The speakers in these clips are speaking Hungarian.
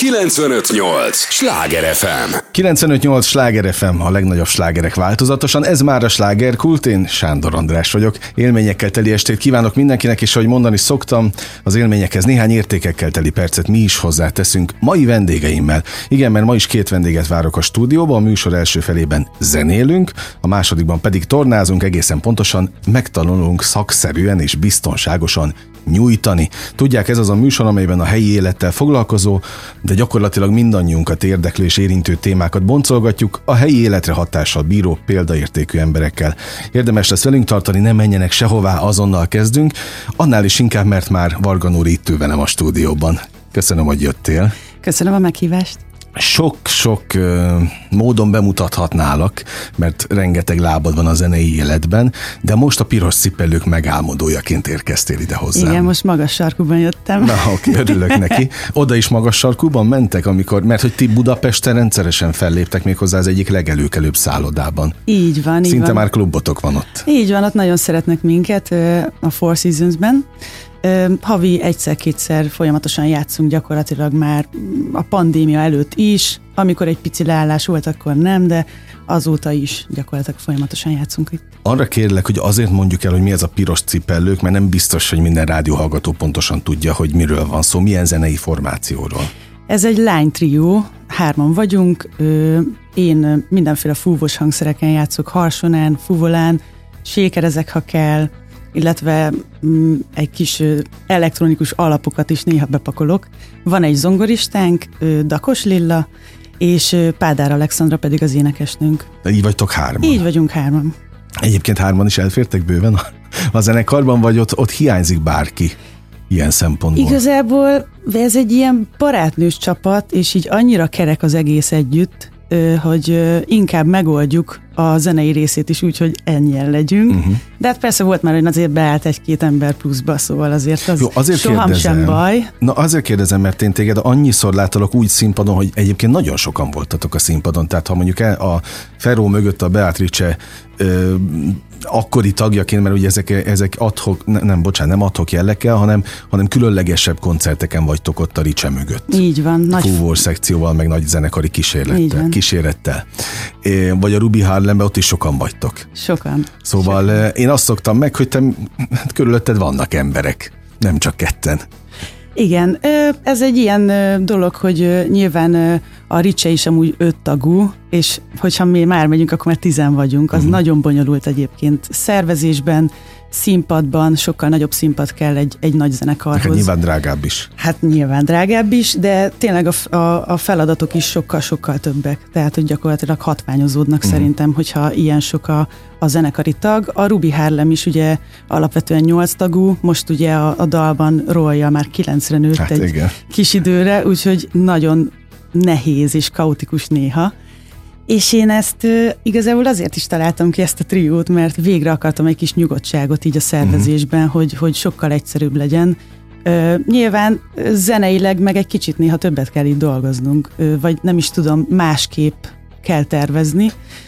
95.8 Sláger FM. 95.8 Sláger FM, a legnagyobb slágerek változatosan. Ez már a Slágerkult, én Sándor András vagyok. Élményekkel teli estét kívánok mindenkinek, és ahogy mondani szoktam, az élményekhez néhány értékekkel teli percet mi is hozzáteszünk mai vendégeimmel. Igen, mert ma is két vendéget várok a stúdióba, a műsor első felében zenélünk, a másodikban pedig tornázunk, egészen pontosan megtanulunk szakszerűen és biztonságosan nyújtani. Tudják, ez az a műsor, amelyben a helyi élettel foglalkozó, de gyakorlatilag mindannyiunkat érdeklő és érintő témákat boncolgatjuk a helyi életre hatással bíró példaértékű emberekkel. Érdemes lesz velünk tartani, ne menjenek sehová, azonnal kezdünk, annál is inkább, mert már Varga Nóri itt ül velem a stúdióban. Köszönöm, hogy jöttél. Köszönöm a meghívást. Sok módon bemutathatnálak, mert rengeteg lábad van a zenei életben, de most a piros cipellők megálmodójaként érkeztél ide hozzám. Igen, most magas sarkúban jöttem. Na, oké, örülök neki. Oda is magas sarkúban mentek, mert hogy ti Budapesten rendszeresen felléptek méghozzá az egyik legelőkelőbb szállodában. Így van. Szinte már klubotok van ott. Így van, ott nagyon szeretnek minket a Four Seasons-ben. Havi egyszer-kétszer folyamatosan játszunk gyakorlatilag már a pandémia előtt is, amikor egy pici leállás volt, akkor nem, de azóta is gyakorlatilag folyamatosan játszunk itt. Arra kérlek, hogy azért mondjuk el, hogy mi ez a piros cipellők, mert nem biztos, hogy minden rádióhallgató pontosan tudja, hogy miről van szó, milyen zenei formációról. Ez egy lánytrió, 3 vagyunk, én mindenféle fúvós hangszereken játszok, harsonán, fuvolán, sékerezek, ha kell, illetve egy kis elektronikus alapokat is néha bepakolok. Van egy zongoristánk, Dakos Lilla, és Pádár Alexandra pedig az énekesnőnk. De így vagytok 3-an? Így vagyunk 3-an. Egyébként 3-an is elfértek bőven a zenekarban, vagy ott hiányzik bárki ilyen szempontból? Igazából ez egy ilyen barátnős csapat, és így annyira kerek az egész együtt, hogy inkább megoldjuk a zenei részét is úgy, hogy ennyien legyünk. Uh-huh. De hát persze volt már, hogy azért beállt 1-2 ember pluszba, szóval azért az soham sem baj. Na azért kérdezem, mert én téged annyiszor láttalak úgy színpadon, hogy egyébként nagyon sokan voltatok a színpadon, tehát ha mondjuk a Feró mögött a Beatrice akkori tagjaként, mert ugye ezek adhok, nem adhok jellegkel, hanem különlegesebb koncerteken vagytok ott a Ricse mögött. Így van. Nagy fúvós szekcióval, meg nagy zenekari kísérettel. Vagy a Ruby Harlemben ott is sokan vagytok. Sokan. Szóval én azt szoktam meg, hogy te körülötted vannak emberek, nem csak ketten. Igen, ez egy ilyen dolog, hogy nyilván a Ricse is amúgy 5 tagú, és hogyha mi már megyünk, akkor már 10 vagyunk. Az nagyon bonyolult egyébként szervezésben, színpadban, sokkal nagyobb színpad kell egy nagy zenekarhoz. Hát nyilván drágább is. Hát nyilván drágább is, de tényleg a feladatok is sokkal többek. Tehát, hogy gyakorlatilag hatványozódnak szerintem, hogyha ilyen sok a zenekari tag. A Ruby Harlem is ugye alapvetően 8 tagú, most ugye a dalban Royal már 9-re nőtt egy kis időre, úgyhogy nagyon nehéz és kaotikus néha. És én ezt igazából azért is találtam ki, ezt a triót, mert végre akartam egy kis nyugodtságot így a szervezésben, hogy sokkal egyszerűbb legyen. Nyilván zeneileg meg egy kicsit néha többet kell így dolgoznunk, vagy nem is tudom, másképp kell tervezni,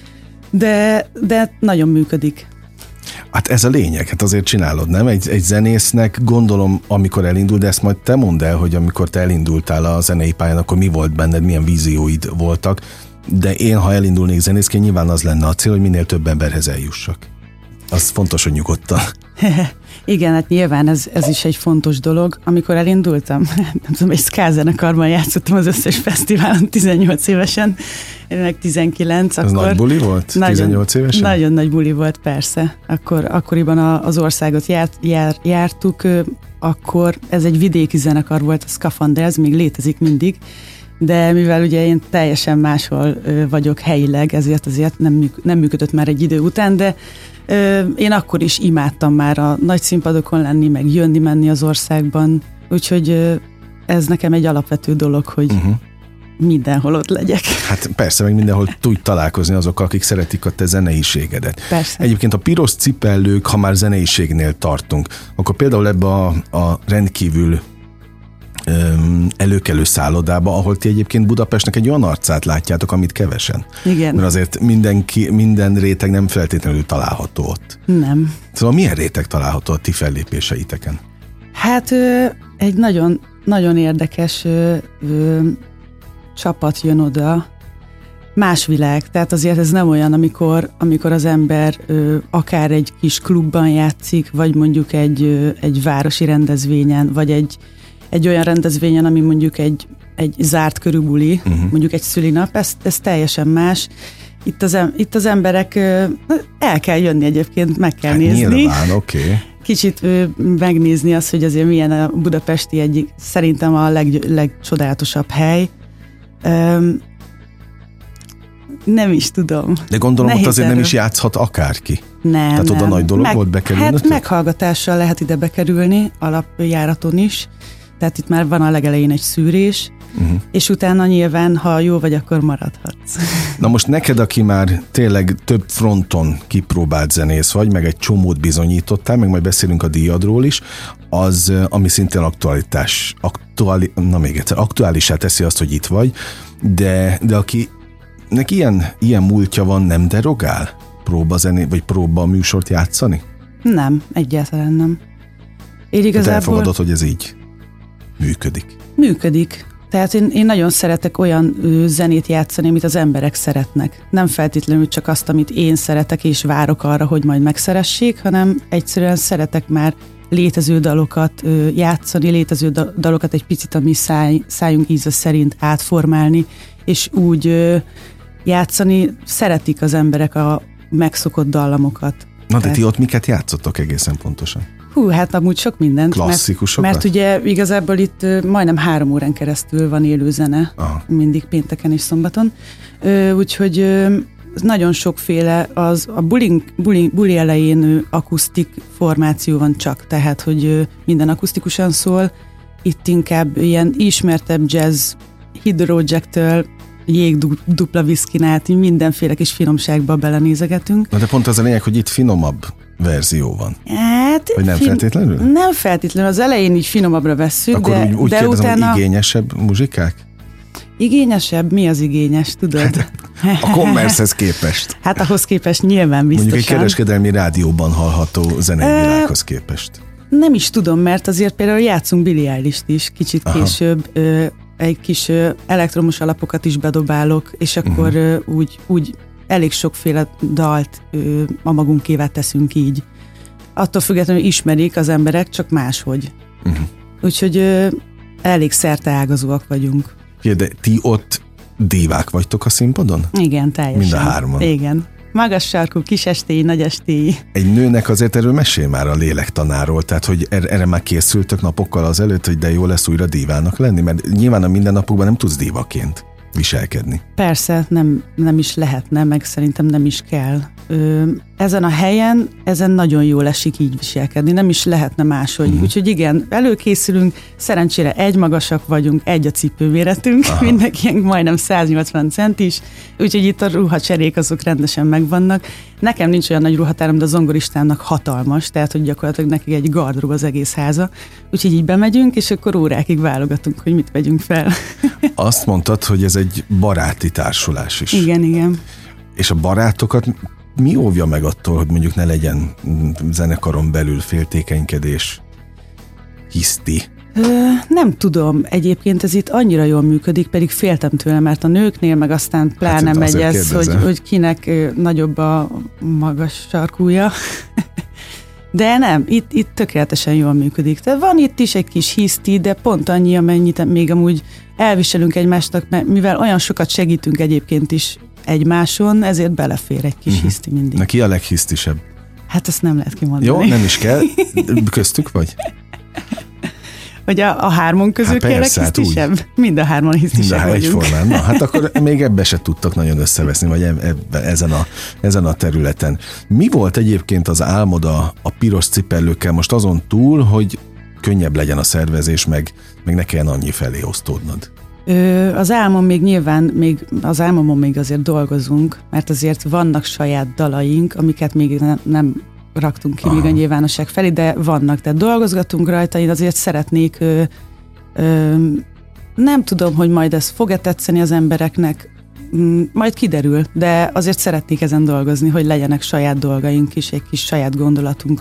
de nagyon működik. Hát ez a lényeg, hát azért csinálod, nem? Egy zenésznek gondolom, amikor elindul, de ezt majd te mondd el, hogy amikor te elindultál a zenei pályán, akkor mi volt benned, milyen vízióid voltak, de én, ha elindulnék zenészként, nyilván az lenne a cél, hogy minél több emberhez eljussak. Az fontos, hogy nyugodtan. Igen, hát nyilván ez is egy fontos dolog. Amikor elindultam, nem tudom, egy ska zenekarban játszottam az összes fesztiválon 18 évesen, én meg 19. Ez nagy buli volt? 18 évesen? Nagyon nagy buli volt, persze. Akkoriban az országot jártuk, akkor ez egy vidéki zenekar volt, a Scaphandre, ez még létezik mindig, de mivel ugye én teljesen máshol vagyok helyileg, ezért nem működött már egy idő után, de én akkor is imádtam már a nagy színpadokon lenni, meg jönni-menni az országban, úgyhogy ez nekem egy alapvető dolog, hogy mindenhol ott legyek. Hát persze, meg mindenhol tudj találkozni azokkal, akik szeretik a te zeneiségedet. Persze. Egyébként a piros cipellők, ha már zeneiségnél tartunk, akkor például ebbe a rendkívül előkelő szállodába, ahol ti egyébként Budapestnek egy olyan arcát látjátok, amit kevesen. Igen. Mert azért minden réteg nem feltétlenül található ott. Nem. Szóval milyen réteg található a ti fellépéseiteken? Hát egy nagyon, nagyon érdekes csapat jön oda, más világ, tehát azért ez nem olyan, amikor az ember akár egy kis klubban játszik, vagy mondjuk egy városi rendezvényen, vagy egy olyan rendezvényen, ami mondjuk egy zárt körű buli, mondjuk egy szülinap, ez teljesen más. Itt az emberek, el kell jönni egyébként, meg kell nézni. Nyilván, oké. Kicsit megnézni azt, hogy azért milyen a budapesti egyik, szerintem a legcsodálatosabb hely. Nem is tudom. De gondolom, hogy azért nem is játszhat akárki. Nem. Tehát oda nagy dolog volt bekerülni? Hát meghallgatással lehet ide bekerülni, alapjáraton is. Tehát itt már van a legelején egy szűrés, és utána nyilván, ha jó vagy, akkor maradhatsz. Na most neked, aki már tényleg több fronton kipróbált zenész vagy, meg egy csomót bizonyítottál, meg majd beszélünk a díjadról is, az, ami szintén aktuálisá teszi azt, hogy itt vagy, de akinek ilyen múltja van, nem derogál? Vagy próba műsort játszani? Nem, egyáltalán nem. Tehát elfogadod, hogy ez így működik? Működik. Tehát én nagyon szeretek olyan zenét játszani, amit az emberek szeretnek. Nem feltétlenül csak azt, amit én szeretek, és várok arra, hogy majd megszeressék, hanem egyszerűen szeretek már létező dalokat játszani, létező dalokat egy picit a mi szájunk íze szerint átformálni, és úgy játszani. Szeretik az emberek a megszokott dallamokat. Na de ti ott miket játszottok egészen pontosan? Hát amúgy sok mindent. Klasszikusokat? Mert ugye igazából itt majdnem 3 órán keresztül van élő zene, mindig pénteken és szombaton. Úgyhogy nagyon sokféle, a buli elején akusztik formáció van csak, tehát hogy minden akusztikusan szól. Itt inkább ilyen ismertebb jazz, Hydrojack-től dupla viszkin át, mindenféle kis finomságba belenézegetünk. Na de pont az a lényeg, hogy itt finomabb verzió van. Hát, vagy nem feltétlenül? Nem feltétlenül. Az elején így finomabbra vesszük, akkor de úgy kérdezem, utána... hogy igényesebb muzsikák? Igényesebb? Mi az igényes, tudod? A Commercehez képest. Hát ahhoz képest nyilván biztosan. Mondjuk egy kereskedelmi rádióban hallható zenei világhoz képest. Nem is tudom, mert azért például játszunk Billie Eilish-t is kicsit később, egy kis elektromos alapokat is bedobálok, és akkor úgy elég sokféle dalt a magunkévá teszünk így. Attól függetlenül ismerik az emberek, csak máshogy. Úgyhogy elég szerteágazóak vagyunk. Ja, de ti ott divák vagytok a színpadon? Igen, teljesen. Mind a hárman? Igen. Magas sarkú, kis estély, nagy estély. Egy nőnek azért erről mesél már a lélektanáról, tehát hogy erre már készültök napokkal azelőtt, hogy de jó lesz újra dívának lenni, mert nyilván a mindennapokban nem tudsz dívaként viselkedni. Persze, nem is lehetne, meg szerintem nem is kell. Ezen a helyen, nagyon jól esik így viselkedni, nem is lehetne máshogy. Úgyhogy igen, előkészülünk, szerencsére egymagasak vagyunk, egy a cipőméretünk, mindenkinek majdnem 180 centis, úgyhogy itt a ruhacserék azok rendesen megvannak. Nekem nincs olyan nagy ruhatárom, de a zongoristámnak hatalmas, tehát hogy gyakorlatilag neki egy gardrób az egész háza. Úgyhogy így bemegyünk, és akkor órákig válogatunk, hogy mit vegyünk fel. Azt mondtad, hogy ez egy baráti társulás is. Igen. És a barátokat mi óvja meg attól, hogy mondjuk ne legyen zenekaron belül féltékenykedés, hiszti? Nem tudom. Egyébként ez itt annyira jól működik, pedig féltem tőle, mert a nőknél meg aztán pláne megy ez, hogy kinek nagyobb a magas sarkúja. De nem, itt tökéletesen jól működik. Tehát van itt is egy kis hiszti, de pont annyi, amennyit még amúgy elviselünk egymásnak, mert mivel olyan sokat segítünk egyébként is egymáson, ezért belefér egy kis hiszti mindig. Na ki a leghisztisebb? Hát ezt nem lehet kimondani. Jó, nem is kell. Köztük vagy? Hogy a hármon közül ki a leghisztisebb? Mind a hárman hisztisebb vagyunk. Egyformán. Na, hát akkor még ebbe se tudtak nagyon összeveszni, vagy ezen a területen. Mi volt egyébként az álmod a piros cipellőkkel most azon túl, hogy könnyebb legyen a szervezés, meg ne kelljen annyi felé osztódnod? Az álmom az álmomon még azért dolgozunk, mert azért vannak saját dalaink, amiket még nem raktunk ki még a nyilvánosság felé, de vannak, tehát dolgozgatunk rajta, én azért szeretnék, nem tudom, hogy majd ez fog-e tetszeni az embereknek, majd kiderül, de azért szeretnék ezen dolgozni, hogy legyenek saját dolgaink is, egy kis saját gondolatunk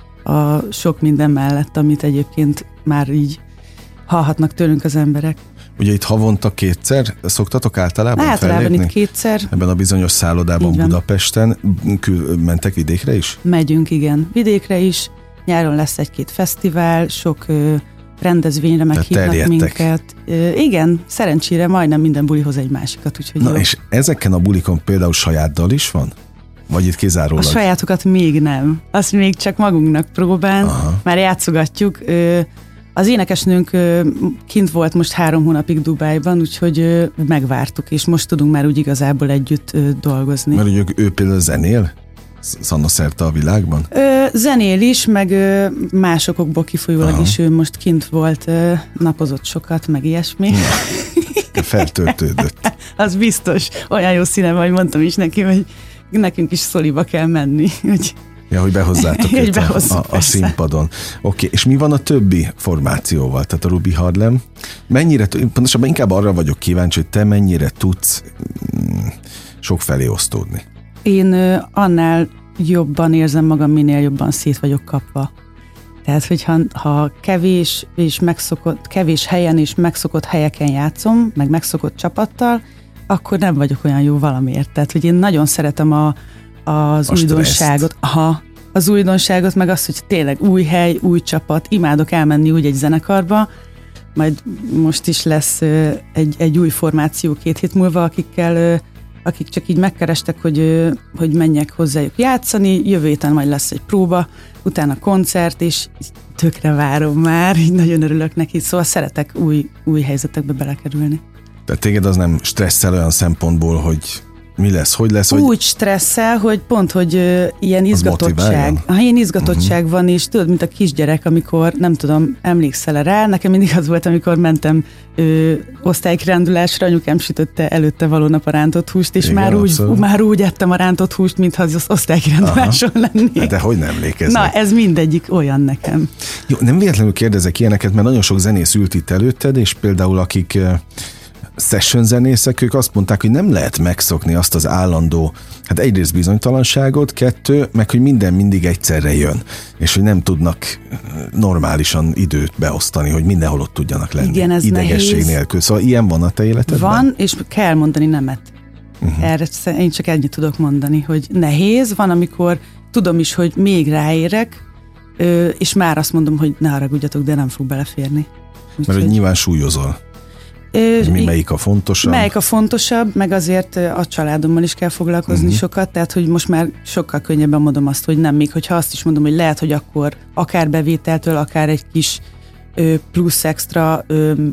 a sok minden mellett, amit egyébként már így hallhatnak tőlünk az emberek. Ugye itt havonta 2-szer szoktatok általában Általában fellépni? itt 2-szer. Ebben a bizonyos szállodában Budapesten. Mentek vidékre is? Megyünk, igen. Vidékre is. Nyáron lesz 1-2 fesztivál, sok rendezvényre meghívnak minket. Igen, szerencsére majdnem minden bulihoz egy másikat. Úgyhogy na jó. És ezeken a bulikon például saját dal is van? Vagy itt kizárólag? A sajátokat még nem. Azt még csak magunknak próbán. Aha. Már játszogatjuk. Az énekesnőnk kint volt most 3 hónapig Dubájban, úgyhogy megvártuk, és most tudunk már úgy igazából együtt dolgozni. Mert ugye ő például zenél? Szanaszerte a világban? Zenél is, meg másokból kifolyólag is ő most kint volt, napozott sokat, meg ilyesmi. Feltöltődött. Az biztos. Olyan jó színe vagy, mondtam is neki, hogy nekünk is szoliba kell menni. Ja, hogy behozzátok őt a színpadon. Oké, és mi van a többi formációval? Tehát a Ruby Harlem. Pontosabban inkább arra vagyok kíváncsi, hogy te mennyire tudsz sokfelé osztódni. Én annál jobban érzem magam, minél jobban szét vagyok kapva. Tehát, hogyha kevés helyen és megszokott helyeken játszom, meg megszokott csapattal, akkor nem vagyok olyan jó valamiért. Tehát, hogy én nagyon szeretem az újdonságot. Az újdonságot, meg azt, hogy tényleg új hely, új csapat, imádok elmenni úgy egy zenekarba, majd most is lesz egy új formáció 2 hét múlva, akik csak így megkerestek, hogy menjek hozzájuk játszani, jövő héten majd lesz egy próba, utána koncert, és tökre várom már, így nagyon örülök neki, szóval szeretek új helyzetekbe belekerülni. Tehát téged az nem stresszel olyan szempontból, hogy mi lesz, hogy lesz? Úgy stresszel, hogy ilyen izgatottság. Ilyen izgatottság van, és tudod, mint a kisgyerek, amikor, nem tudom, emlékszel rá, nekem mindig az volt, amikor mentem osztálykirándulásra, anyukám sütötte előtte való nap a rántott húst, és igen, már úgy ettem a rántott húst, mintha az osztálykiránduláson lennék. De hogy nem emlékeznek? Na, ez mindegyik olyan nekem. Jó, nem véletlenül kérdezek ilyeneket, mert nagyon sok zenész ült itt előtted, és például akik session zenészek, ők azt mondták, hogy nem lehet megszokni azt az állandó, hát egyrészt bizonytalanságot, 2, meg hogy minden mindig egyszerre jön, és hogy nem tudnak normálisan időt beosztani, hogy mindenhol ott tudjanak lenni. Igen, ez idegesség nehéz. nélkül. Szóval ilyen van a te életedben? Van, és kell mondani nemet. Erre én csak ennyit tudok mondani, hogy nehéz, van, amikor tudom is, hogy még ráérek, és már azt mondom, hogy ne haragudjatok, de nem fog beleférni. Mert hogy nyilván súlyozol. Melyik a fontosabb? Melyik a fontosabb, meg azért a családommal is kell foglalkozni sokat, tehát hogy most már sokkal könnyebben mondom azt, hogy nem, még hogyha azt is mondom, hogy lehet, hogy akkor akár bevételtől, akár egy kis plusz extra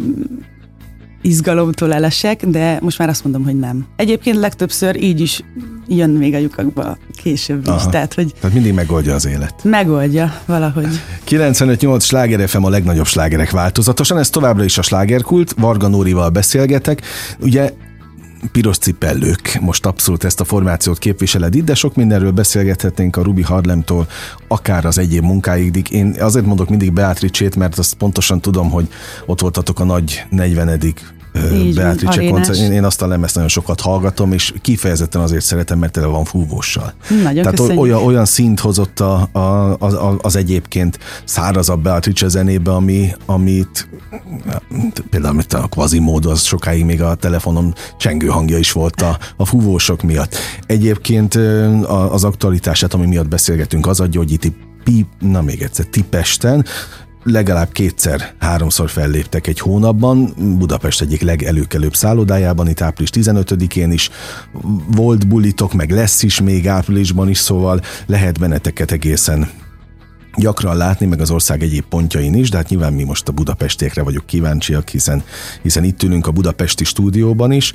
izgalomtól elesek, de most már azt mondom, hogy nem. Egyébként legtöbbször így is jön még a lyukakba később is. Tehát mindig megoldja az élet. Megoldja valahogy. 95.8 Sláger FM a legnagyobb slágerek változatosan, ez továbbra is a slágerkult, Varga Nórival beszélgetek. Ugye piros cipellők, most abszolút ezt a formációt képviseled itt, de sok mindenről beszélgethetnénk a Ruby Harlemtól, akár az egyéb munkáig. Én azért mondok mindig Beatrice-t, mert azt pontosan tudom, hogy ott voltatok a nagy 40. Beatrice koncert. Én azt a lemezt nagyon sokat hallgatom, és kifejezetten azért szeretem, mert tele van fúvóssal. Nagyon tehát olyan szint hozott az egyébként szárazabb Beatrice zenébe, amit például a Quasimodo, az sokáig még a telefonom csengő hangja is volt a fúvósok miatt. Egyébként az aktualitását, ami miatt beszélgetünk, az adja, hogy itt ti Pesten legalább 2-3-szor felléptek egy hónapban, Budapest egyik legelőkelőbb szállodájában, itt április 15-én is volt bulitok, meg lesz is még áprilisban is, szóval lehet benneteket egészen gyakran látni, meg az ország egyéb pontjain is, de hát nyilván mi most a budapestiekre vagyok kíváncsiak, hiszen itt ülünk a budapesti stúdióban is,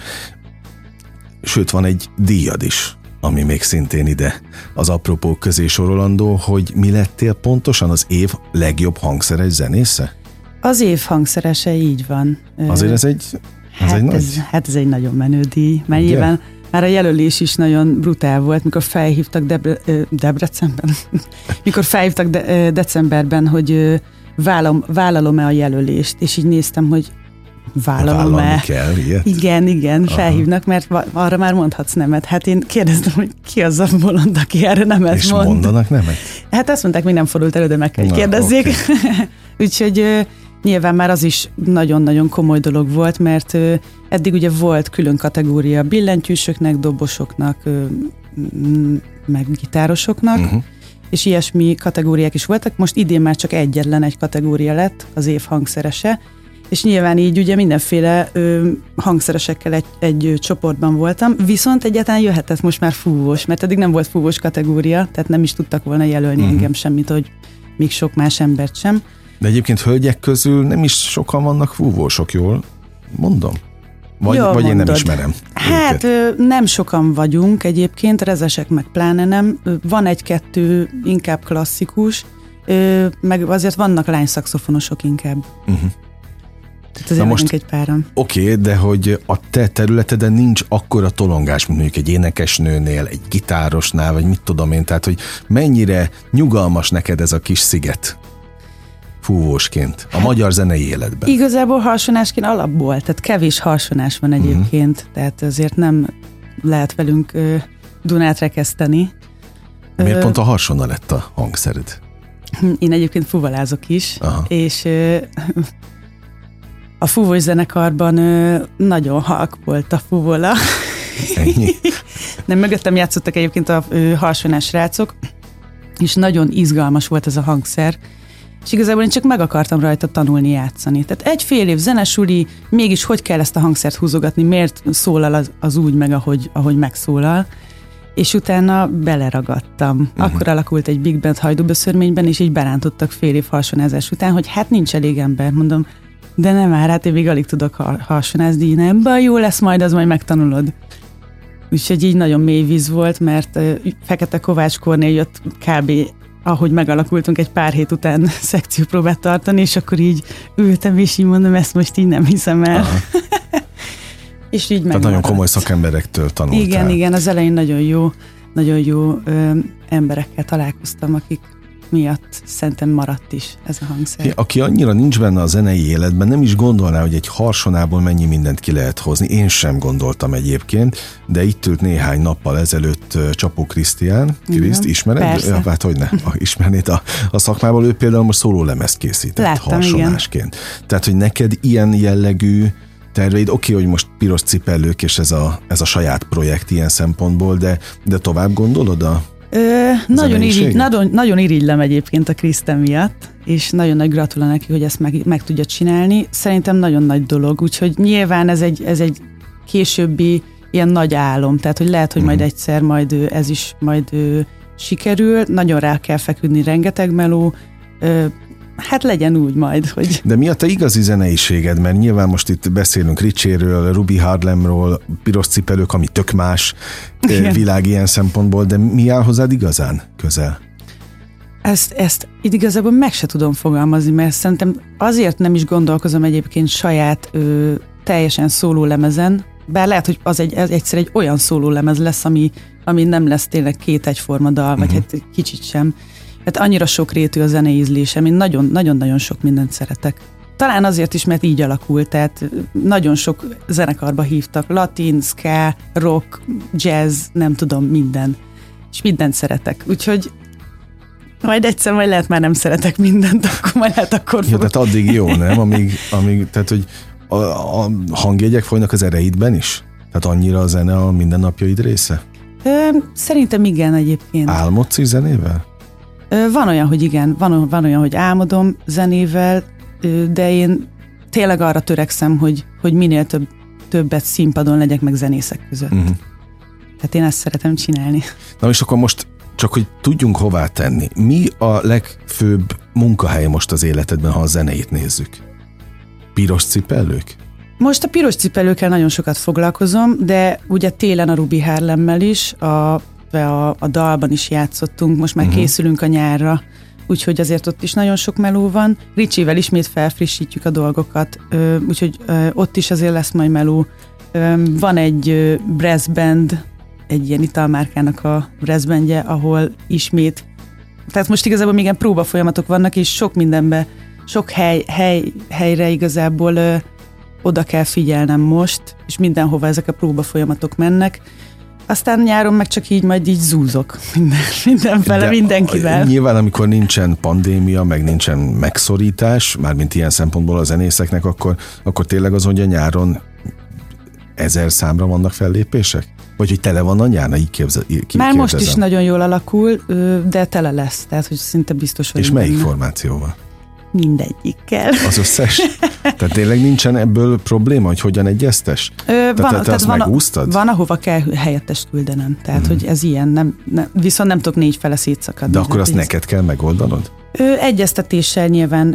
sőt van egy díjad is, ami még szintén ide az apropók közé sorolandó, hogy mi lettél pontosan az év legjobb hangszeres zenésze? Az év hangszerese, így van. Azért ez egy nagy... Ez egy nagyon menő díj, mert nyilván már a jelölés is nagyon brutál volt, mikor felhívtak Debrecenben, mikor felhívtak decemberben, hogy vállalom-e a jelölést, és így néztem, hogy vállalom-e. Kell, ilyet? Igen, felhívnak, mert arra már mondhatsz nemet. Hát én kérdeztem, hogy ki az a bolond, aki erre nemet és mond. És mondanak nemet? Hát azt mondták, még nem fordult elő, de meg kell, hogy kérdezzék. Okay. Úgyhogy nyilván már az is nagyon-nagyon komoly dolog volt, mert eddig ugye volt külön kategória billentyűsöknek, dobosoknak, meg gitárosoknak, és ilyesmi kategóriák is voltak. Most idén már csak egyetlen egy kategória lett, az év hangszerese, és nyilván így ugye mindenféle hangszeresekkel egy csoportban voltam, viszont egyáltalán jöhetett most már fúvós, mert eddig nem volt fúvós kategória, tehát nem is tudtak volna jelölni engem semmit, hogy még sok más embert sem. De egyébként hölgyek közül nem is sokan vannak fúvósok, jól mondom? Vagy én nem ismerem. Hát nem sokan vagyunk egyébként, rezesek meg pláne nem. Van egy-kettő inkább klasszikus, meg azért vannak lányszaxofonosok inkább. Tehát azért most egy páran. Oké, de hogy a te területeden nincs akkora tolongás, mint mondjuk egy énekesnőnél, egy gitárosnál, vagy mit tudom én, tehát hogy mennyire nyugalmas neked ez a kis sziget fúvósként a magyar zenei életben? Igazából harsonásként alapból, tehát kevés harsonás van egyébként, tehát azért nem lehet velünk Dunát rekeszteni. Miért pont a harsona lett a hangszered? Én egyébként fuvolázok is, és a fúvós zenekarban nagyon halk volt a fuvola. Ennyi? Nem, mögöttem játszottak egyébként a harsonás srácok, és nagyon izgalmas volt ez a hangszer, és igazából én csak meg akartam rajta tanulni játszani. Tehát egy fél év zenesuli, mégis hogy kell ezt a hangszert húzogatni, miért szólal az úgy meg, ahogy megszólal, és utána beleragadtam. Akkor alakult egy big band Hajdúböszörményben, és így berántottak fél év harsonázás után, hogy hát nincs elég ember, mondom, de nem már, hát én még alig tudok harsonázni, nem baj, jó lesz majd, az majd megtanulod. Úgyhogy így nagyon mély víz volt, mert Fekete Kovács Kornél jött kb. Ahogy megalakultunk, egy pár hét után szekciópróbát tartani, és akkor így ültem, és így mondom, ezt most így nem hiszem el. És így tehát nagyon komoly szakemberektől tanultál. Igen, az elején nagyon jó emberekkel találkoztam, akik miatt szerintem maradt is ez a hangszer. Aki annyira nincs benne a zenei életben, nem is gondolná, hogy egy harsonából mennyi mindent ki lehet hozni. Én sem gondoltam egyébként, de itt ült néhány nappal ezelőtt Csapó Krisztián. Kriszt, ismered? Persze. Hát hogyne, ismernéd a szakmából. Ő például most szólólemezt készített. Láttam, harsonásként. Igen. Tehát, hogy neked ilyen jellegű terveid, oké, hogy most piros cipellők, és ez a saját projekt ilyen szempontból, de tovább gondolod nagyon irigylem egyébként a Kriszten miatt, és nagyon nagy gratula neki, hogy ezt meg tudja csinálni. Szerintem nagyon nagy dolog, úgyhogy nyilván ez egy későbbi ilyen nagy álom, tehát hogy lehet, hogy majd egyszer ez is majd sikerül, nagyon rá kell feküdni, rengeteg meló, hát legyen úgy majd, hogy... De mi a te igazi zeneiséged? Mert nyilván most itt beszélünk Richéről, Ruby Harlemról, piros cipelők, ami tök más világ ilyen szempontból, de mi áll hozzád igazán közel? Ezt igazából meg se tudom fogalmazni, mert szerintem azért nem is gondolkozom egyébként saját teljesen szólólemezen, bár lehet, hogy az egyszer egy olyan szólólemez lesz, ami nem lesz tényleg két egyforma dal, vagy hát kicsit sem. Hát annyira sokrétű a zenei ízlésem, én nagyon-nagyon sok mindent szeretek. Talán azért is, mert így alakult, tehát nagyon sok zenekarba hívtak, latin, ska, rock, jazz, nem tudom, minden. És mindent szeretek, úgyhogy majd egyszer lehet már nem szeretek mindent, akkor majd akkor fogok. Ja, tehát addig jó, nem? Amíg tehát, hogy a hangjegyek folynak az ereidben is? Tehát annyira a zene a mindennapjaid része? Szerintem igen egyébként. Álmodsz is zenével? Van olyan, hogy igen, van olyan, hogy álmodom zenével, de én tényleg arra törekszem, hogy minél többet színpadon legyek meg zenészek között. Tehát én ezt szeretem csinálni. Na és akkor most csak, hogy tudjunk hová tenni. Mi a legfőbb munkahely most az életedben, ha a zenét nézzük? Piros cipellők? Most a piros cipellőkkel nagyon sokat foglalkozom, de ugye télen a Ruby Harlemmel is, a dalban is játszottunk, most már készülünk a nyárra, úgyhogy azért ott is nagyon sok meló van. Ricsivel ismét felfrissítjük a dolgokat, úgyhogy ott is azért lesz majd meló. Van egy brass band, egy ilyen italmárkának a brass bandje, ahol ismét, tehát most igazából még ilyen próbafolyamatok vannak, és sok mindenbe, sok helyre igazából oda kell figyelnem most, és mindenhova ezek a próbafolyamatok mennek. Aztán nyáron meg csak így majd így zúzok mindenfele, de mindenkivel. Nyilván, amikor nincsen pandémia, meg nincsen megszorítás, mármint ilyen szempontból a zenészeknek, akkor tényleg az, hogy a nyáron 1000 számra vannak fellépések? Vagy hogy tele van a nyár? Így már most is nagyon jól alakul, de tele lesz, tehát hogy szinte biztos vagyunk. És melyik formációval? Mindegyikkel. Az összes? Tehát tényleg nincsen ebből probléma, hogy hogyan egyeztes? Tehát azt megúsztad? Van, ahova kell helyettest küldenem. Tehát, hogy ez ilyen, viszont nem tudok 4 fele szétszakadni. De akkor azt neked kell megoldanod? Egyeztetéssel nyilván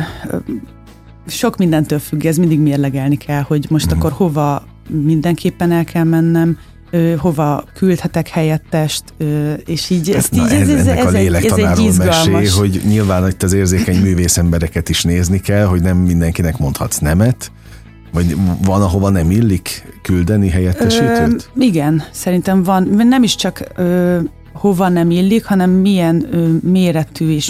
sok mindentől függ, ez mindig mérlegelni kell, hogy most akkor hova mindenképpen el kell mennem, hova küldhetek helyettest, és így ennek a lélektanáról mesél, hogy nyilván itt az érzékeny művészembereket is nézni kell, hogy nem mindenkinek mondhatsz nemet, vagy van, ahova nem illik küldeni helyettesítőt? Igen, szerintem van. Nem is csak hova nem illik, hanem milyen méretű és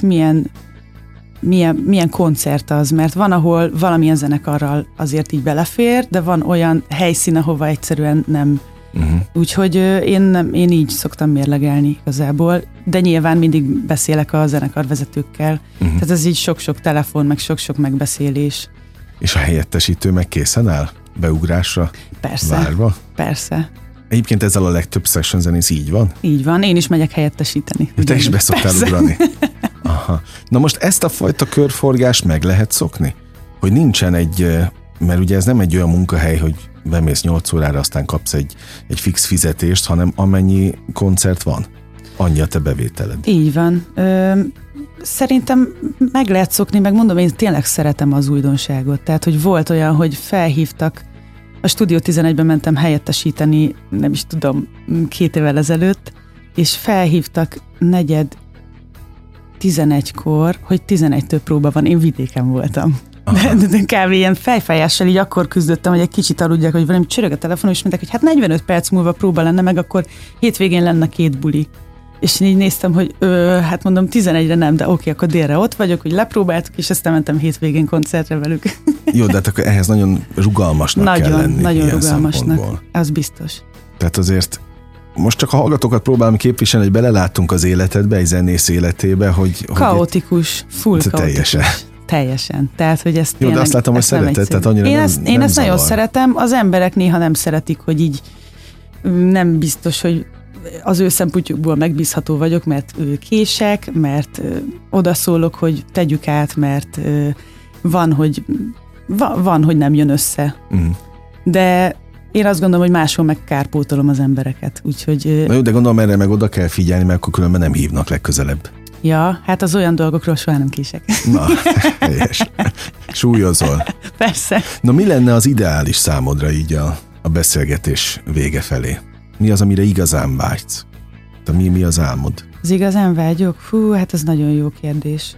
milyen koncert az, mert van, ahol valamilyen zenekarral azért így belefér, de van olyan helyszín, ahova egyszerűen nem. Úgyhogy én így szoktam mérlegelni igazából, de nyilván mindig beszélek a zenekarvezetőkkel, tehát ez így sok-sok telefon, meg sok-sok megbeszélés. És a helyettesítő meg készen áll? Beugrásra? Persze. Várva? Persze. Egyébként ezzel a legtöbb session zenész így van? Így van, én is megyek helyettesíteni. Te is beszoktál ugrani? Aha. Na most ezt a fajta körforgást meg lehet szokni? Hogy nincsen mert ugye ez nem egy olyan munkahely, hogy bemész 8 órára, aztán kapsz egy fix fizetést, hanem amennyi koncert van, annyi a te bevételed. Így van. Szerintem meg lehet szokni, meg mondom, én tényleg szeretem az újdonságot. Tehát, hogy volt olyan, hogy felhívtak, a Stúdió 11-ben mentem helyettesíteni, nem is tudom, 2 évvel ezelőtt, és felhívtak 4:11-kor, hogy 11-től próba van, én vidéken voltam. De kb. Ilyen fejfájással így akkor küzdöttem, hogy egy kicsit aludjak, hogy valami csörög a telefon, és mondták, hogy hát 45 perc múlva próba lenne, meg akkor hétvégén lenne 2 buli. És én így néztem, hogy hát mondom 11-re nem, de oké, akkor délre ott vagyok, hogy lepróbáltuk, és aztán mentem hétvégén koncertre velük. Jó, de hát akkor ehhez nagyon rugalmasnak kell lenni. Nagyon rugalmasnak, az biztos. Tehát azért most csak a hallgatókat próbálom képviselni, hogy belelátunk az életedbe, egy zenész életébe, hogy... Kaotikus, full kaotikus. Teljesen. Tehát, hogy ezt jó, de azt látom, hogy szereted, tehát annyira én ezt nagyon szeretem. Az emberek néha nem szeretik, hogy így nem biztos, hogy az ő szempontjukból megbízható vagyok, mert kések, mert odaszólok, hogy tegyük át, mert van, hogy nem jön össze. De én azt gondolom, hogy máshol meg kárpótolom az embereket. Úgyhogy... Na jó, de gondolom erre meg oda kell figyelni, mert akkor különben nem hívnak legközelebb. Ja, hát az olyan dolgokról soha nem kések. Na, helyes. Súlyozol. Persze. Na, mi lenne az ideális számodra így a beszélgetés vége felé? Mi az, amire igazán vágysz? De mi az álmod? Az igazán vágyok? Fú, hát ez nagyon jó kérdés.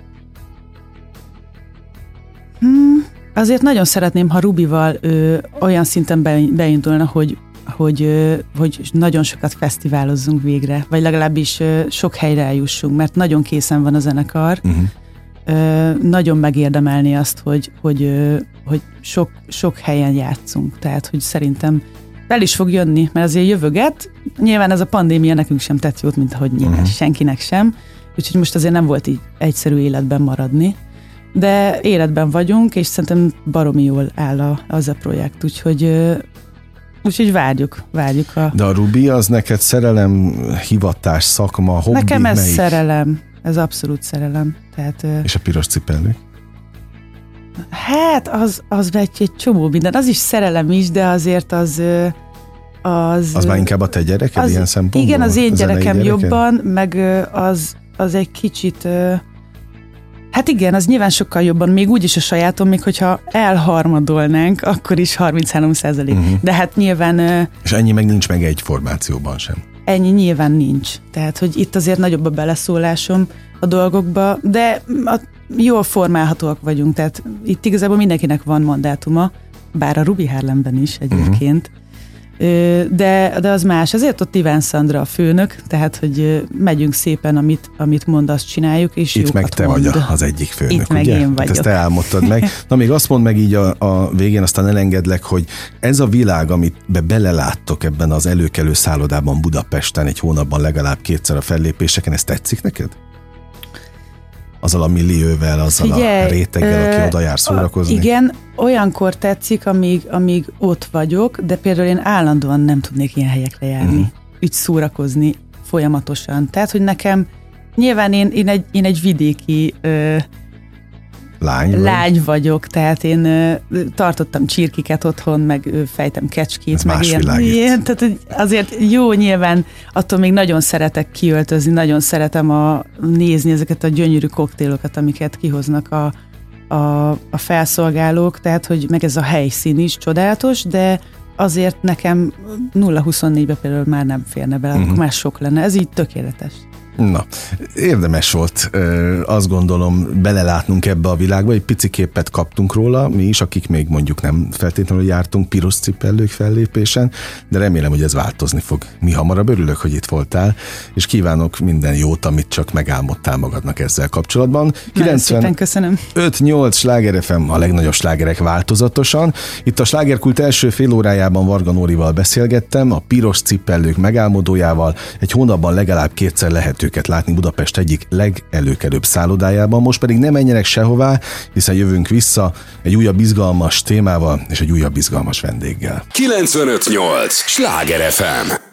Azért nagyon szeretném, ha Rubival olyan szinten beindulna, hogy nagyon sokat fesztiválozzunk végre, vagy legalábbis sok helyre eljussunk, mert nagyon készen van a zenekar, nagyon megérdemelni azt, hogy sok helyen játszunk, tehát hogy szerintem el is fog jönni, mert azért jövöget, nyilván ez a pandémia nekünk sem tett jót, mint ahogy nyilván senkinek sem, úgyhogy most azért nem volt így egyszerű életben maradni, de életben vagyunk, és szerintem baromi jól áll az a projekt, úgyhogy várjuk De a Rubi az neked szerelem, hivatás, szakma, hobbi? Nekem ez melyik? Szerelem, ez abszolút szerelem. Tehát, és a piros cipelő? Hát az egy csomó minden, az is szerelem is, de azért az már inkább a te gyereked ilyen szempontból? Igen, az én gyerekem jobban, meg az egy kicsit... Hát igen, az nyilván sokkal jobban, még úgyis a sajátom, még hogyha elharmadolnánk, akkor is 33%. De hát nyilván... És ennyi meg nincs meg egy formációban sem. Ennyi nyilván nincs. Tehát, hogy itt azért nagyobb a beleszólásom a dolgokba, de jól formálhatóak vagyunk, tehát itt igazából mindenkinek van mandátuma, bár a Ruby Harlemben is egyébként. De az más. Ezért ott Iván Szandra a főnök, tehát, hogy megyünk szépen, amit mond, azt csináljuk, és itt meg te mond. Vagy az egyik főnök, itt ugye? meg én vagyok. Ezt te álmodtad meg. Na még azt mondd meg így a végén, aztán elengedlek, hogy ez a világ, amit beleláttok ebben az előkelő szállodában Budapesten egy hónapban legalább 2-szer a fellépéseken, ez tetszik neked? Azzal a millióvel, azzal a réteggel, aki oda jár szórakozni? Igen, olyankor tetszik, amíg ott vagyok, de például én állandóan nem tudnék ilyen helyekre járni, úgy szórakozni folyamatosan. Tehát, hogy nekem nyilván én egy vidéki lány vagyok, tehát én tartottam csirkiket otthon, meg fejtem kecskét, ez meg ilyen. Tehát azért jó, nyilván attól még nagyon szeretek kiöltözni, nagyon szeretem nézni ezeket a gyönyörű koktélokat, amiket kihoznak a felszolgálók, tehát hogy meg ez a helyszín is csodálatos, de azért nekem 0-24-be például már nem férne bele, akkor már sok lenne, ez így tökéletes. Na, érdemes volt, azt gondolom, belelátnunk ebbe a világba, egy pici képet kaptunk róla, mi is, akik még mondjuk nem feltétlenül jártunk piros cipellők fellépésen, de remélem, hogy ez változni fog. Mi hamarabb örülök, hogy itt voltál, és kívánok minden jót, amit csak megálmodtál magadnak ezzel kapcsolatban. 95-8 Sláger FM, a legnagyobb slágerek változatosan. Itt a Slágerkult első fél órájában Varga Nórival beszélgettem, a piros cipellők megálmodójával. Egy hónapban legalább 2-szer lehet őket látni Budapest egyik legelőkelőbb szállodájában, most pedig nem menjenek sehová, hiszen jövünk vissza egy újabb izgalmas témával és egy újabb izgalmas vendéggel. 95.8 Sláger FM.